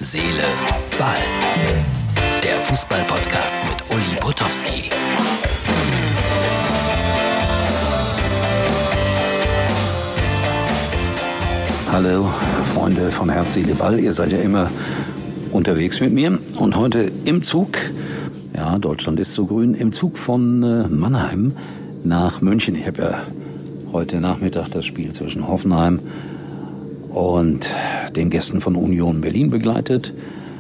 Seele, Ball. Der Fußball-Podcast mit Uli Potowski. Hallo Freunde von Herz, Seele, Ball. Ihr seid ja immer unterwegs mit mir. Und heute im Zug, ja, Deutschland ist so grün, im Zug von Mannheim nach München. Ich habe ja heute Nachmittag das Spiel zwischen Hoffenheim und den Gästen von Union Berlin begleitet.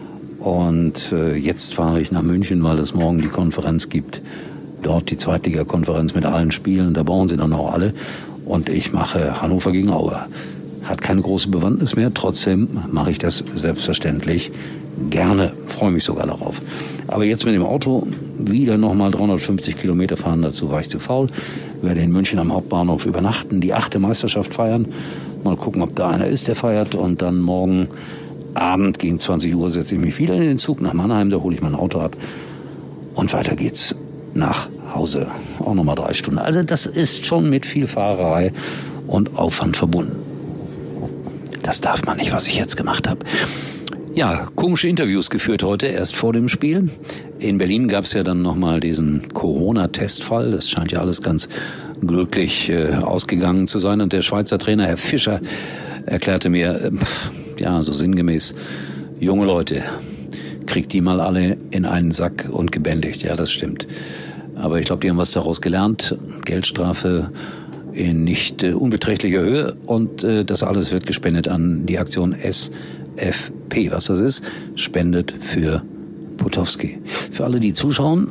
Und jetzt fahre ich nach München, weil es morgen die Konferenz gibt. Dort die Zweitliga-Konferenz mit allen Spielen. Da brauchen sie dann auch alle. Und ich mache Hannover gegen Aue. Hat keine große Bewandtnis mehr. Trotzdem mache ich das selbstverständlich gerne. Freue mich sogar darauf. Aber jetzt mit dem Auto wieder nochmal 350 Kilometer fahren. Dazu war ich zu faul. Werde in München am Hauptbahnhof übernachten, die 8. Meisterschaft feiern. Mal gucken, ob da einer ist, der feiert. Und dann morgen Abend gegen 20 Uhr setze ich mich wieder in den Zug nach Mannheim. Da hole ich mein Auto ab. Und weiter geht's nach Hause. Auch nochmal 3 Stunden. Also das ist schon mit viel Fahrerei und Aufwand verbunden. Das darf man nicht, was ich jetzt gemacht habe. Ja, komische Interviews geführt heute, erst vor dem Spiel. In Berlin gab es ja dann nochmal diesen Corona-Testfall. Das scheint ja alles ganz glücklich ausgegangen zu sein. Und der Schweizer Trainer, Herr Fischer, erklärte mir, ja, so sinngemäß, junge Leute, kriegt die mal alle in einen Sack und gebändigt. Ja, das stimmt. Aber ich glaube, die haben was daraus gelernt. Geldstrafe in nicht unbeträchtlicher Höhe. Und das alles wird gespendet an die Aktion SFP. Was das ist? Spendet für Potowski. Für alle, die zuschauen,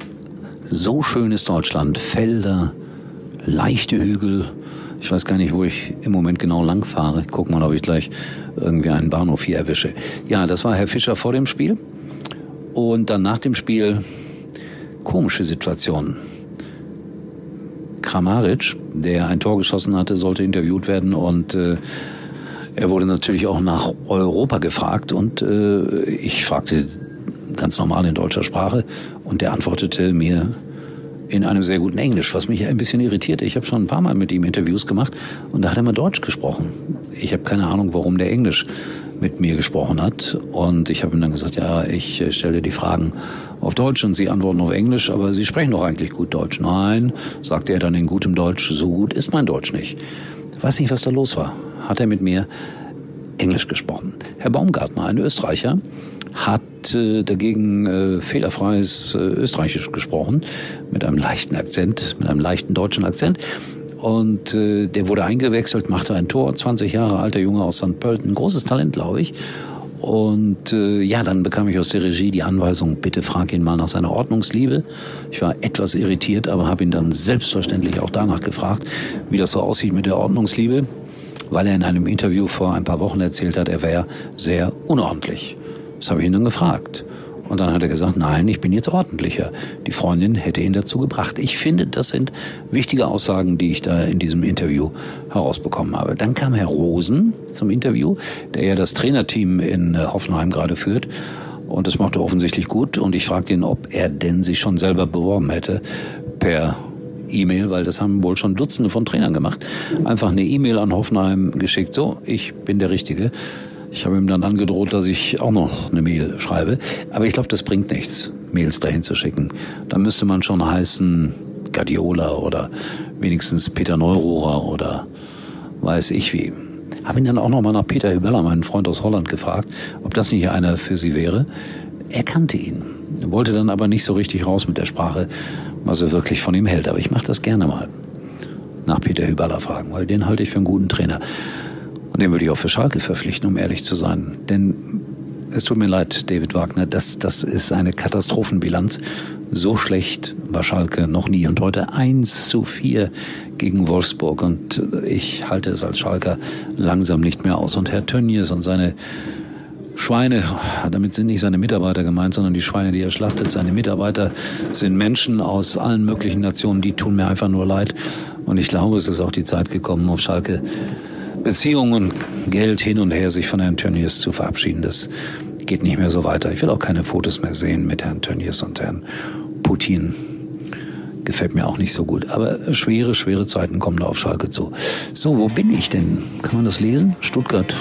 so schön ist Deutschland. Felder, leichte Hügel. Ich weiß gar nicht, wo ich im Moment genau lang fahre. Guck mal, ob ich gleich irgendwie einen Bahnhof hier erwische. Ja, das war Herr Fischer vor dem Spiel. Und dann nach dem Spiel komische Situation. Kramaric, der ein Tor geschossen hatte, sollte interviewt werden und er wurde natürlich auch nach Europa gefragt und ich fragte ganz normal in deutscher Sprache und der antwortete mir in einem sehr guten Englisch, was mich ein bisschen irritierte. Ich habe schon ein paar Mal mit ihm Interviews gemacht und da hat er mal Deutsch gesprochen. Ich habe keine Ahnung, warum der Englisch mit mir gesprochen hat und ich habe ihm dann gesagt, ja, ich stelle die Fragen auf Deutsch und Sie antworten auf Englisch, aber Sie sprechen doch eigentlich gut Deutsch. Nein, sagte er dann in gutem Deutsch, so gut ist mein Deutsch nicht. Ich weiß nicht, was da los war. Hat er mit mir Englisch gesprochen. Herr Baumgartner, ein Österreicher, hat dagegen fehlerfreies Österreichisch gesprochen, mit einem leichten Akzent, mit einem leichten deutschen Akzent. Und der wurde eingewechselt, machte ein Tor, 20 Jahre alter Junge aus St. Pölten, großes Talent, glaube ich. Und ja, dann bekam ich aus der Regie die Anweisung, bitte frag ihn mal nach seiner Ordnungsliebe. Ich war etwas irritiert, aber habe ihn dann selbstverständlich auch danach gefragt, wie das so aussieht mit der Ordnungsliebe, weil er in einem Interview vor ein paar Wochen erzählt hat, er wäre sehr unordentlich. Das habe ich ihn dann gefragt. Und dann hat er gesagt, nein, ich bin jetzt ordentlicher. Die Freundin hätte ihn dazu gebracht. Ich finde, das sind wichtige Aussagen, die ich da in diesem Interview herausbekommen habe. Dann kam Herr Rosen zum Interview, der ja das Trainerteam in Hoffenheim gerade führt. Und das macht er offensichtlich gut. Und ich fragte ihn, ob er denn sich schon selber beworben hätte per E-Mail, weil das haben wohl schon Dutzende von Trainern gemacht. Einfach eine E-Mail an Hoffenheim geschickt. So, ich bin der Richtige. Ich habe ihm dann angedroht, dass ich auch noch eine Mail schreibe. Aber ich glaube, das bringt nichts, Mails dahin zu schicken. Da müsste man schon heißen Guardiola oder wenigstens Peter Neururer oder weiß ich wie. Habe ihn dann auch noch mal nach Peter Hübella, meinen Freund aus Holland, gefragt, ob das nicht einer für sie wäre. Er kannte ihn, wollte dann aber nicht so richtig raus mit der Sprache, was er wirklich von ihm hält. Aber ich mache das gerne mal, nach Peter Hübella fragen, weil den halte ich für einen guten Trainer. Und den würde ich auch für Schalke verpflichten, um ehrlich zu sein. Denn es tut mir leid, David Wagner, das ist eine Katastrophenbilanz. So schlecht war Schalke noch nie. Und heute 1:4 gegen Wolfsburg. Und ich halte es als Schalker langsam nicht mehr aus. Und Herr Tönnies und seine Schweine, damit sind nicht seine Mitarbeiter gemeint, sondern die Schweine, die er schlachtet. Seine Mitarbeiter sind Menschen aus allen möglichen Nationen, die tun mir einfach nur leid. Und ich glaube, es ist auch die Zeit gekommen, auf Schalke Beziehungen, Geld hin und her, sich von Herrn Tönnies zu verabschieden. Das geht nicht mehr so weiter. Ich will auch keine Fotos mehr sehen mit Herrn Tönnies und Herrn Putin. Gefällt mir auch nicht so gut. Aber schwere Zeiten kommen da auf Schalke zu. So, wo bin ich denn? Kann man das lesen? Stuttgart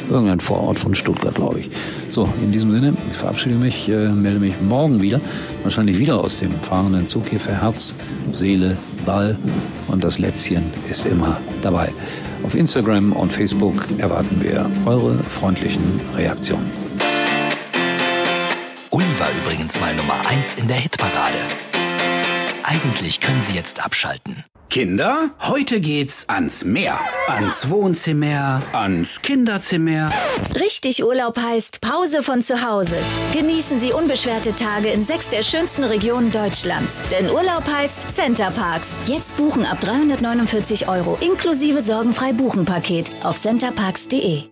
Irgendein Vorort von Stuttgart, glaube ich. So, in diesem Sinne, ich verabschiede mich, melde mich morgen wieder. Wahrscheinlich wieder aus dem fahrenden Zug hier für Herz, Seele, Ball. Und das Lätzchen ist immer dabei. Auf Instagram und Facebook erwarten wir eure freundlichen Reaktionen. Uli war übrigens mal Nummer 1 in der Hitparade. Eigentlich können Sie jetzt abschalten. Kinder, heute geht's ans Meer. Ans Wohnzimmer, ans Kinderzimmer. Richtig Urlaub heißt Pause von zu Hause. Genießen Sie unbeschwerte Tage in 6 der schönsten Regionen Deutschlands. Denn Urlaub heißt Center Parcs. Jetzt buchen ab 349 € inklusive sorgenfrei Buchen-Paket auf centerparks.de.